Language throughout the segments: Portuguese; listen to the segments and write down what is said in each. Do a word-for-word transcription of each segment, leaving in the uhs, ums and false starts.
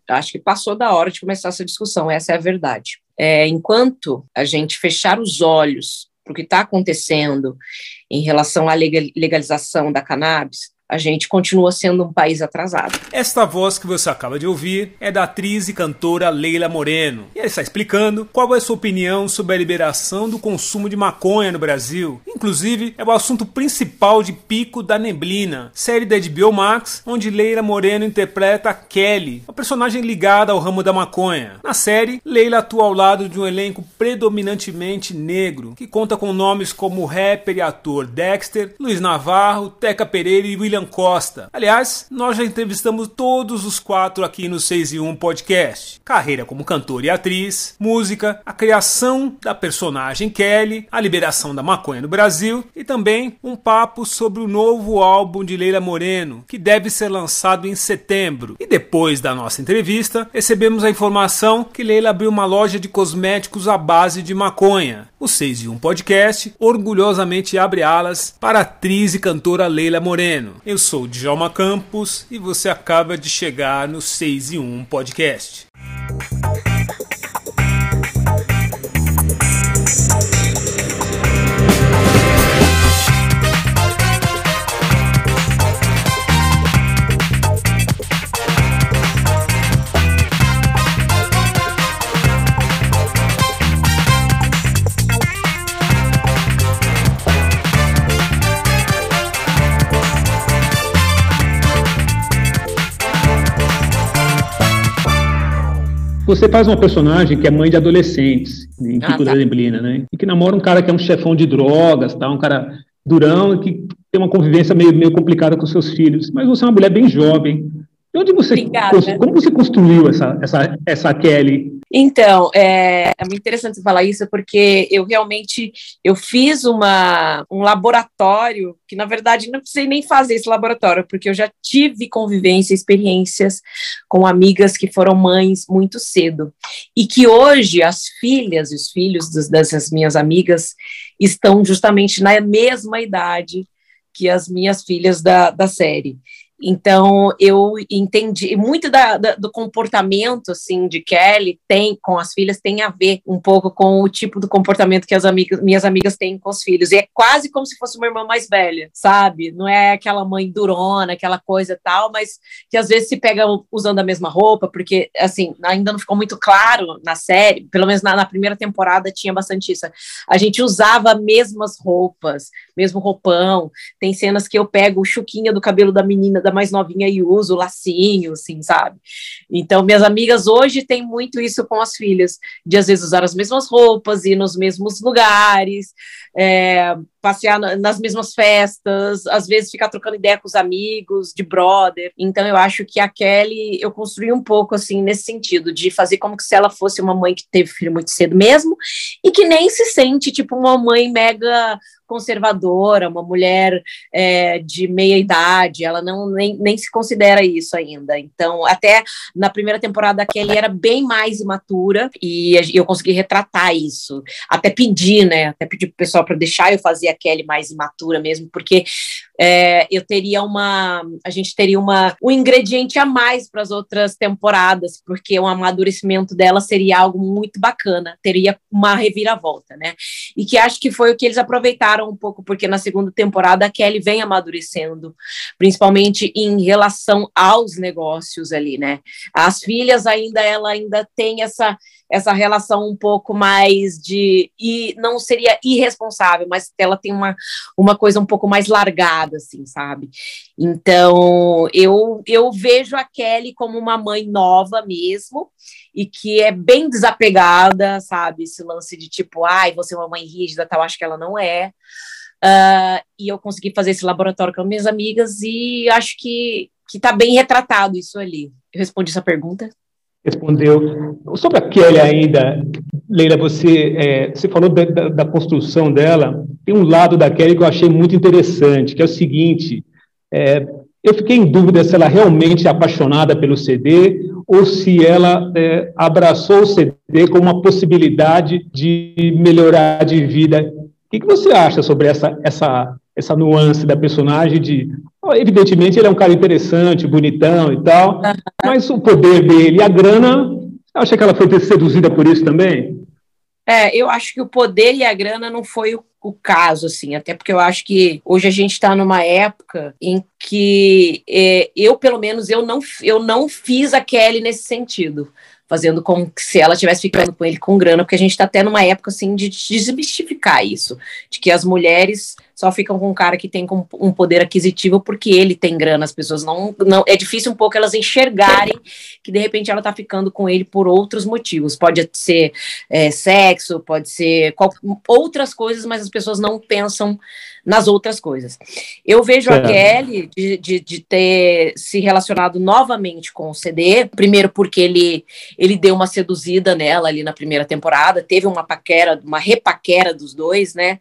acho que passou da hora de começar essa discussão, essa é a verdade. É, enquanto a gente fechar os olhos para o que está acontecendo em relação à legalização da cannabis, a gente continua sendo um país atrasado. Esta voz que você acaba de ouvir é da atriz e cantora Leila Moreno. E ela está explicando qual é a sua opinião sobre a liberação do consumo de maconha no Brasil. Inclusive, é o assunto principal de Pico da Neblina, série da H B O Max, onde Leila Moreno interpreta a Kelly, uma personagem ligada ao ramo da maconha. Na série, Leila atua ao lado de um elenco predominantemente negro, que conta com nomes como o rapper e ator Dexter, Luiz Navarro, Teca Pereira e William Costa. Aliás, nós já entrevistamos todos os quatro aqui no seis e um Podcast. Carreira como cantora e atriz, música, a criação da personagem Kelly, a liberação da maconha no Brasil e também um papo sobre o novo álbum de Leila Moreno, que deve ser lançado em setembro. E depois da nossa entrevista, recebemos a informação que Leila abriu uma loja de cosméticos à base de maconha. O seis e um Podcast orgulhosamente abre alas para a atriz e cantora Leila Moreno. Eu sou o Djalma Campos e você acaba de chegar no seis e um Podcast. Você faz uma personagem que é mãe de adolescentes, em Pico da Neblina, né? E que namora um cara que é um chefão de drogas, tá? Um cara durão, que tem uma convivência meio, meio complicada com seus filhos. Mas você é uma mulher bem jovem. De onde você, Obrigada. Como você construiu essa, essa, essa Kelly? Então, é, é muito interessante você falar isso, porque eu realmente, eu fiz uma, um laboratório, que na verdade não precisei nem fazer esse laboratório, porque eu já tive convivência, experiências com amigas que foram mães muito cedo, e que hoje as filhas e os filhos dos, dessas minhas amigas estão justamente na mesma idade que as minhas filhas da, da série. Então, eu entendi, muito da, da, do comportamento, assim, de Kelly tem, com as filhas, tem a ver um pouco com o tipo do comportamento que as amigas, minhas amigas têm com os filhos, e é quase como se fosse uma irmã mais velha, sabe? Não é aquela mãe durona, aquela coisa e tal, mas que às vezes se pega usando a mesma roupa, porque, assim, ainda não ficou muito claro na série, pelo menos na, na primeira temporada tinha bastante isso, a gente usava as mesmas roupas, mesmo roupão, tem cenas que eu pego o chuquinha do cabelo da menina, da mais novinha e uso lacinho, assim, sabe? Então, minhas amigas hoje têm muito isso com as filhas, de às vezes usar as mesmas roupas, ir nos mesmos lugares, é, passear nas mesmas festas, às vezes ficar trocando ideia com os amigos, de brother. Então, eu acho que a Kelly, eu construí um pouco, assim, nesse sentido, de fazer como se ela fosse uma mãe que teve filho muito cedo mesmo, e que nem se sente, tipo, uma mãe mega conservadora, uma mulher é, de meia idade, ela não nem, nem se considera isso ainda. Então, até na primeira temporada a Kelly era bem mais imatura e eu consegui retratar isso. Até pedir, né? Até pedir pro pessoal para deixar eu fazer a Kelly mais imatura mesmo, porque é, eu teria uma, a gente teria uma, um ingrediente a mais para as outras temporadas, porque o amadurecimento dela seria algo muito bacana, teria uma reviravolta, né? E que acho que foi o que eles aproveitaram um pouco, porque na segunda temporada a Kelly vem amadurecendo, principalmente em relação aos negócios ali, né? As filhas ainda, ela ainda tem essa, essa relação um pouco mais de, e não seria irresponsável, mas ela tem uma, uma coisa um pouco mais largada, assim, sabe? Então, eu, eu vejo a Kelly como uma mãe nova mesmo, e que é bem desapegada, sabe? Esse lance de tipo, ai, você é uma mãe rígida, tal, acho que ela não é. Uh, e eu consegui fazer esse laboratório com minhas amigas e acho que, que tá bem retratado isso ali. Eu respondi essa pergunta? Respondeu. Sobre a Kelly ainda, Leila, você, é, você falou da, da, da construção dela, tem um lado da Kelly que eu achei muito interessante, que é o seguinte, é, eu fiquei em dúvida se ela realmente é apaixonada pelo C D ou se ela é, abraçou o C D como uma possibilidade de melhorar de vida. O que, que você acha sobre essa, essa, essa nuance da personagem de, Evidentemente, ele é um cara interessante, bonitão e tal, mas o poder dele e a grana, acha que ela foi seduzida por isso também? É, eu acho que o poder e a grana não foi o, o caso, assim, até porque eu acho que hoje a gente está numa época em que é, eu, pelo menos, eu não, eu não fiz a Kelly nesse sentido, fazendo como se ela estivesse ficando com ele com grana, porque a gente está até numa época, assim, de desmistificar isso, de que as mulheres só ficam com um cara que tem um poder aquisitivo porque ele tem grana, as pessoas não, não, é difícil um pouco elas enxergarem que de repente ela tá ficando com ele por outros motivos, pode ser é, sexo, pode ser qual, outras coisas, mas as pessoas não pensam nas outras coisas. Eu vejo é. a Kelly de, de, de ter se relacionado novamente com o C D, primeiro porque ele, ele deu uma seduzida nela ali na primeira temporada, teve uma paquera, uma repaquera dos dois, né?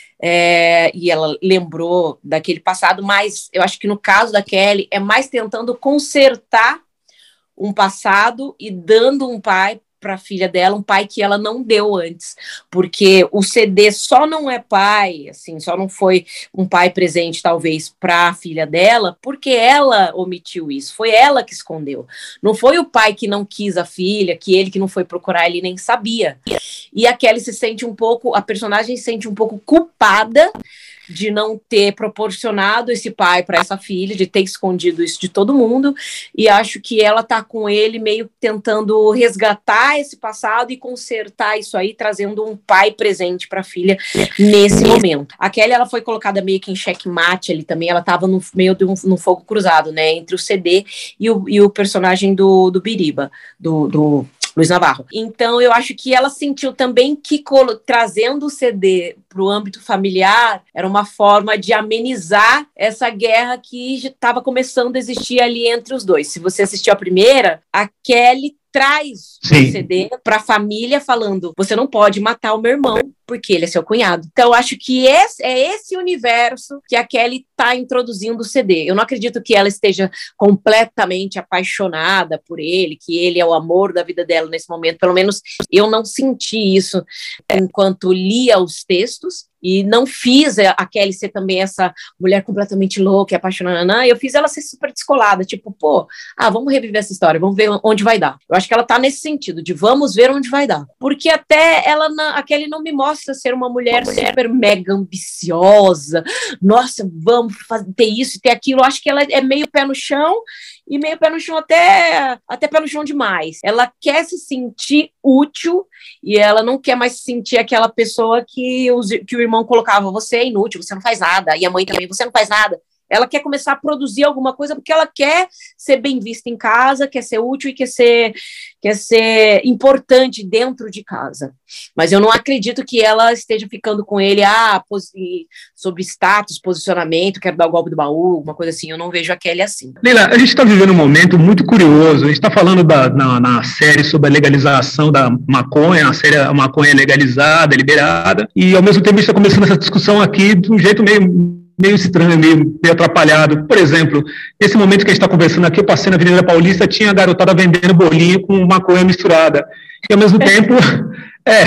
É, e ela lembrou daquele passado, mas eu acho que no caso da Kelly é mais tentando consertar um passado e dando um pai para a filha dela, um pai que ela não deu antes, porque o C D só não é pai, assim, só não foi um pai presente, talvez, para a filha dela, porque ela omitiu isso, foi ela que escondeu, não foi o pai que não quis a filha, que ele que não foi procurar, ele nem sabia, e a Kelly se sente um pouco, a personagem se sente um pouco culpada de não ter proporcionado esse pai para essa filha, de ter escondido isso de todo mundo, e acho que ela tá com ele meio tentando resgatar esse passado e consertar isso aí, trazendo um pai presente para a filha nesse momento. A Kelly, ela foi colocada meio que em xeque-mate ali também, ela tava no meio de um no fogo cruzado, né, entre o C D e o, e o personagem do, do Biriba, do... do Luiz Navarro. Então, eu acho que ela sentiu também que trazendo o C D para o âmbito familiar era uma forma de amenizar essa guerra que estava começando a existir ali entre os dois. Se você assistiu a primeira, a Kelly traz Sim. o C D para a família falando, você não pode matar o meu irmão porque ele é seu cunhado. Então, eu acho que esse, é esse universo que a Kelly está introduzindo o C D. Eu não acredito que ela esteja completamente apaixonada por ele, que ele é o amor da vida dela nesse momento. Pelo menos eu não senti isso enquanto lia os textos. E não fiz a Kelly ser também essa mulher completamente louca e apaixonada. Eu fiz ela ser super descolada, tipo, pô, ah, vamos reviver essa história, vamos ver onde vai dar. Eu acho que ela tá nesse sentido, de vamos ver onde vai dar. Porque até ela, a Kelly não me mostra ser uma mulher, uma mulher. super mega ambiciosa, nossa, vamos fazer, ter isso e ter aquilo. Eu acho que ela é meio pé no chão, e meio pé no chão até, até pé no chão demais. Ela quer se sentir útil e ela não quer mais se sentir aquela pessoa que, os, que o irmão colocava, você é inútil, você não faz nada, e a mãe também, você não faz nada. Ela quer começar a produzir alguma coisa porque ela quer ser bem vista em casa, quer ser útil e quer ser, quer ser importante dentro de casa. Mas eu não acredito que ela esteja ficando com ele ah, sobre status, posicionamento, quero dar o golpe do baú, alguma coisa assim. Eu não vejo a Kelly assim. Leila, a gente está vivendo um momento muito curioso. A gente está falando da, na, na série sobre a legalização da maconha, a série a maconha legalizada, liberada, e ao mesmo tempo a gente está começando essa discussão aqui de um jeito meio... meio estranho, meio, meio atrapalhado. Por exemplo, nesse momento que a gente está conversando aqui, eu passei na Avenida Paulista, tinha a garotada vendendo bolinho com maconha misturada. E ao mesmo tempo, é,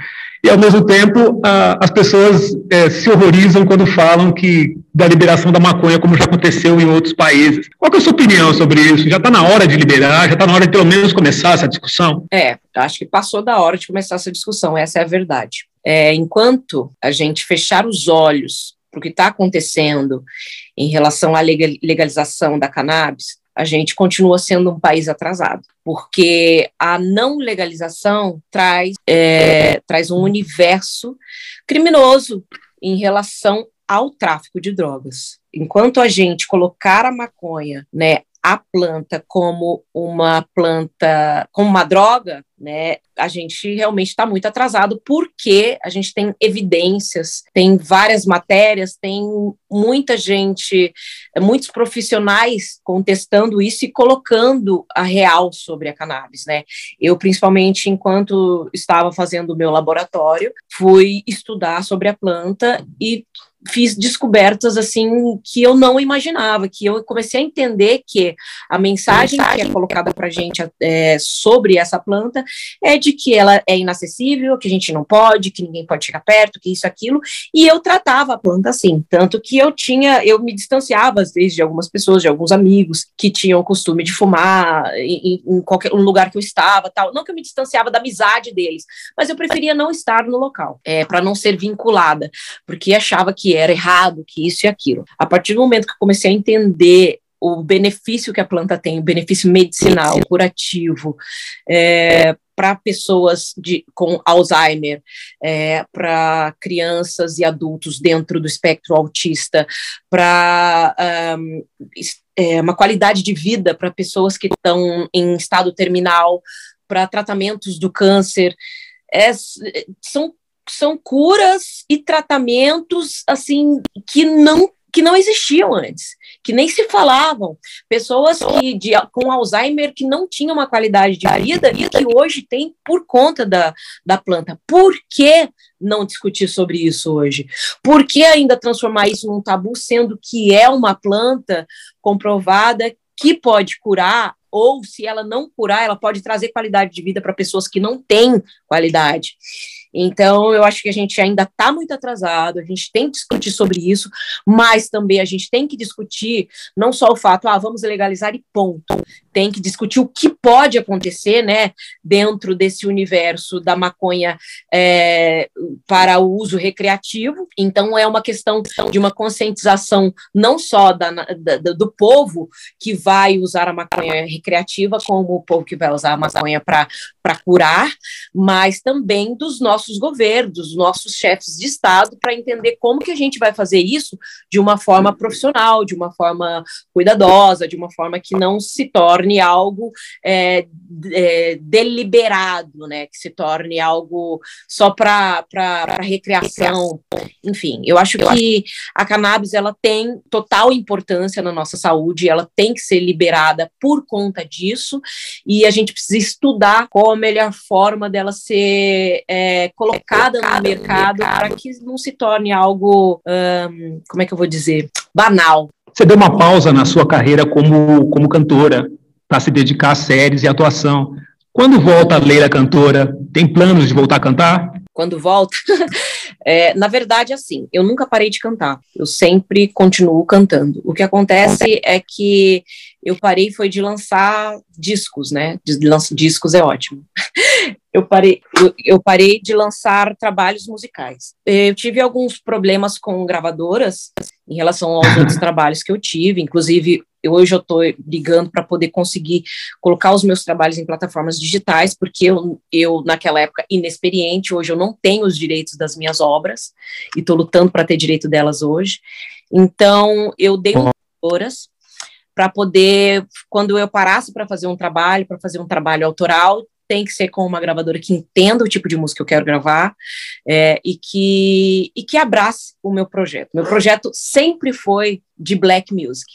e ao mesmo tempo, a, as pessoas é, se horrorizam quando falam que da liberação da maconha, como já aconteceu em outros países. Qual que é a sua opinião sobre isso? Já está na hora de liberar? Já está na hora de pelo menos começar essa discussão? É, acho que passou da hora de começar essa discussão, essa é a verdade. É, enquanto a gente fechar os olhos para o que está acontecendo em relação à legalização da cannabis, a gente continua sendo um país atrasado, porque a não legalização traz, é, traz um universo criminoso em relação ao tráfico de drogas. Enquanto a gente colocar a maconha, né, a planta como uma planta, como uma droga, né, a gente realmente está muito atrasado, porque a gente tem evidências, tem várias matérias, tem muita gente, muitos profissionais contestando isso e colocando a real sobre a cannabis, né? Eu, principalmente, enquanto estava fazendo o meu laboratório, fui estudar sobre a planta e fiz descobertas, assim, que eu não imaginava, que eu comecei a entender que a mensagem, a mensagem que é colocada para a gente é, sobre essa planta é de que ela é inacessível, que a gente não pode, que ninguém pode chegar perto, que isso, aquilo, e eu tratava a planta assim, tanto que eu tinha, eu me distanciava, às vezes, de algumas pessoas, de alguns amigos, que tinham o costume de fumar em, em qualquer um lugar que eu estava, tal, não que eu me distanciava da amizade deles, mas eu preferia não estar no local, é, para não ser vinculada, porque achava que era errado, que isso e aquilo. A partir do momento que eu comecei a entender o benefício que a planta tem, o benefício medicinal, curativo, é, para pessoas de, com Alzheimer, é, para crianças e adultos dentro do espectro autista, para um, é, uma qualidade de vida para pessoas que estão em estado terminal, para tratamentos do câncer, é, são são curas e tratamentos, assim, que não, que não existiam antes, que nem se falavam. Pessoas que, de, com Alzheimer que não tinham uma qualidade de vida e que hoje tem por conta da, da planta. Por que não discutir sobre isso hoje? Por que ainda transformar isso num tabu, sendo que é uma planta comprovada que pode curar, ou se ela não curar, ela pode trazer qualidade de vida para pessoas que não têm qualidade? Então, eu acho que a gente ainda está muito atrasado, a gente tem que discutir sobre isso, mas também a gente tem que discutir não só o fato, ah, vamos legalizar e ponto. Tem que discutir o que pode acontecer, né, dentro desse universo da maconha é, para o uso recreativo. Então, é uma questão de uma conscientização não só da, da, do povo que vai usar a maconha recreativa, como o povo que vai usar a maconha para curar, mas também dos nossos governos, dos nossos chefes de Estado, para entender como que a gente vai fazer isso de uma forma profissional, de uma forma cuidadosa, de uma forma que não se torne algo é, é, deliberado, né, que se torne algo só para recreação. Enfim, eu acho que a cannabis ela tem total importância na nossa saúde, ela tem que ser liberada por conta disso, e a gente precisa estudar qual a melhor forma dela ser é, colocada no mercado para que não se torne algo, hum, como é que eu vou dizer, banal. Você deu uma pausa na sua carreira como, como cantora, para se dedicar a séries e atuação. Quando volta a Leila cantora, tem planos de voltar a cantar? Quando volta? É, na verdade, assim, eu nunca parei de cantar, eu sempre continuo cantando. O que acontece é que eu parei foi de lançar discos, né? De lançar discos é ótimo. Eu parei, eu, eu parei de lançar trabalhos musicais. Eu tive alguns problemas com gravadoras em relação aos outros trabalhos que eu tive, inclusive eu, hoje eu estou ligando para poder conseguir colocar os meus trabalhos em plataformas digitais, porque eu, eu, naquela época, inexperiente, hoje eu não tenho os direitos das minhas obras, e estou lutando para ter direito delas hoje. Então, eu dei um gravadoras para poder, quando eu parasse para fazer um trabalho, para fazer um trabalho autoral, tem que ser com uma gravadora que entenda o tipo de música que eu quero gravar, é, e, que, e que abrace o meu projeto. Meu projeto sempre foi de black music.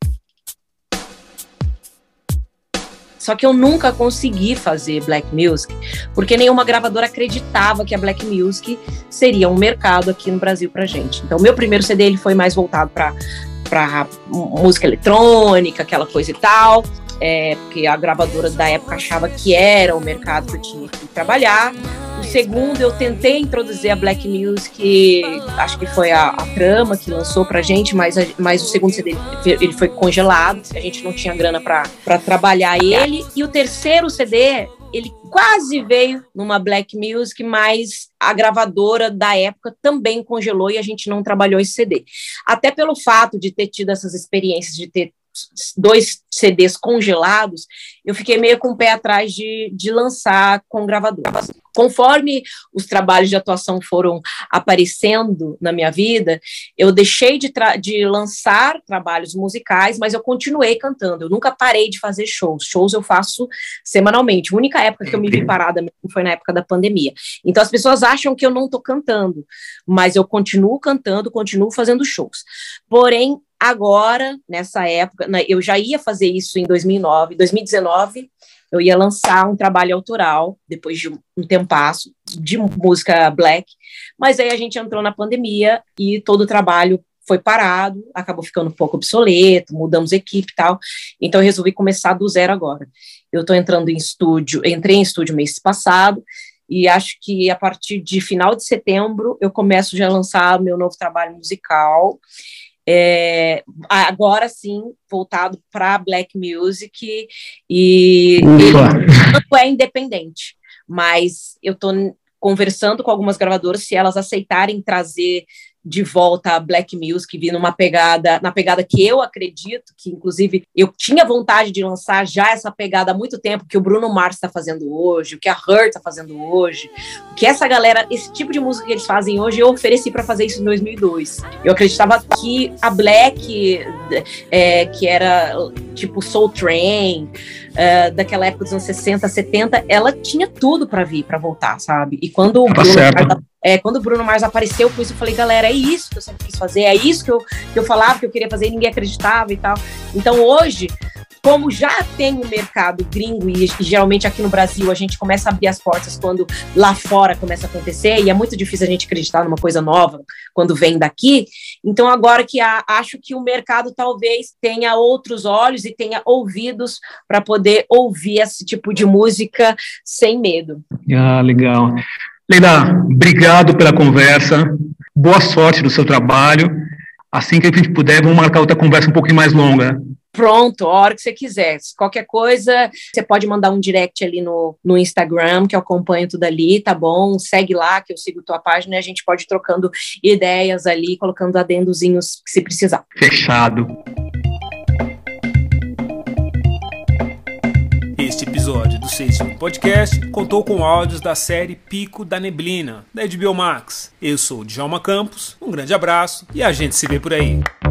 Só que eu nunca consegui fazer black music, porque nenhuma gravadora acreditava que a black music seria um mercado aqui no Brasil pra gente. Então, meu primeiro C D ele foi mais voltado para para música eletrônica, aquela coisa e tal, é, porque a gravadora da época achava que era o mercado que eu tinha que trabalhar. O segundo, eu tentei introduzir a black music, acho que foi a, a Trama que lançou pra gente, mas, a, mas o segundo C D ele foi congelado, a gente não tinha grana pra, pra trabalhar ele. E o terceiro C D, ele quase veio numa black music, mas a gravadora da época também congelou e a gente não trabalhou esse C D. Até pelo fato de ter tido essas experiências, de ter dois C Ds congelados, eu fiquei meio com o pé atrás de, de lançar com gravadora. Conforme os trabalhos de atuação foram aparecendo na minha vida, eu deixei de, de lançar trabalhos musicais, mas eu continuei cantando, eu nunca parei de fazer shows. Shows eu faço semanalmente. A única época que eu me vi parada mesmo foi na época da pandemia. Então as pessoas acham que eu não estou cantando, mas eu continuo cantando, continuo fazendo shows. Porém, agora, nessa época, eu já ia fazer isso em dois mil e nove, dois mil e dezenove, eu ia lançar um trabalho autoral, depois de um tempasso, de música black, mas aí a gente entrou na pandemia e todo o trabalho foi parado, acabou ficando um pouco obsoleto, mudamos equipe e tal, então eu resolvi começar do zero agora. Eu estou entrando em estúdio, entrei em estúdio mês passado, e acho que a partir de final de setembro eu começo já a lançar meu novo trabalho musical, é, agora sim, voltado para black music, e ele é independente, mas eu estou conversando com algumas gravadoras se elas aceitarem trazer de volta a black music, vir numa pegada, na pegada que eu acredito, que inclusive eu tinha vontade de lançar já essa pegada há muito tempo, que o Bruno Mars está fazendo hoje, o que a Her está fazendo hoje, o que essa galera, esse tipo de música que eles fazem hoje, eu ofereci para fazer isso em dois mil e dois. Eu acreditava que a black, é, que era tipo Soul Train, é, daquela época dos anos sessenta, setenta, ela tinha tudo para vir, para voltar, sabe? E quando o Bruno Mars, é, quando o Bruno Mars apareceu com isso, eu falei, galera, é isso que eu sempre quis fazer, é isso que eu, que eu falava que eu queria fazer e ninguém acreditava e tal. Então hoje, como já tem um mercado gringo e, e geralmente aqui no Brasil a gente começa a abrir as portas quando lá fora começa a acontecer, e é muito difícil a gente acreditar numa coisa nova quando vem daqui, então agora que a, acho que o mercado talvez tenha outros olhos e tenha ouvidos para poder ouvir esse tipo de música sem medo. Ah, legal. Leila, obrigado pela conversa, boa sorte no seu trabalho. Assim que a gente puder, vamos marcar outra conversa um pouquinho mais longa. Pronto, a hora que você quiser. Qualquer coisa, você pode mandar um direct ali no, no Instagram, que eu acompanho tudo ali, tá bom? Segue lá, que eu sigo tua página e a gente pode ir trocando ideias ali, colocando adendozinhos se precisar. Fechado. Este episódio do seis um Podcast contou com áudios da série Pico da Neblina, da H B O Max. Eu sou o Djalma Campos, um grande abraço e a gente se vê por aí.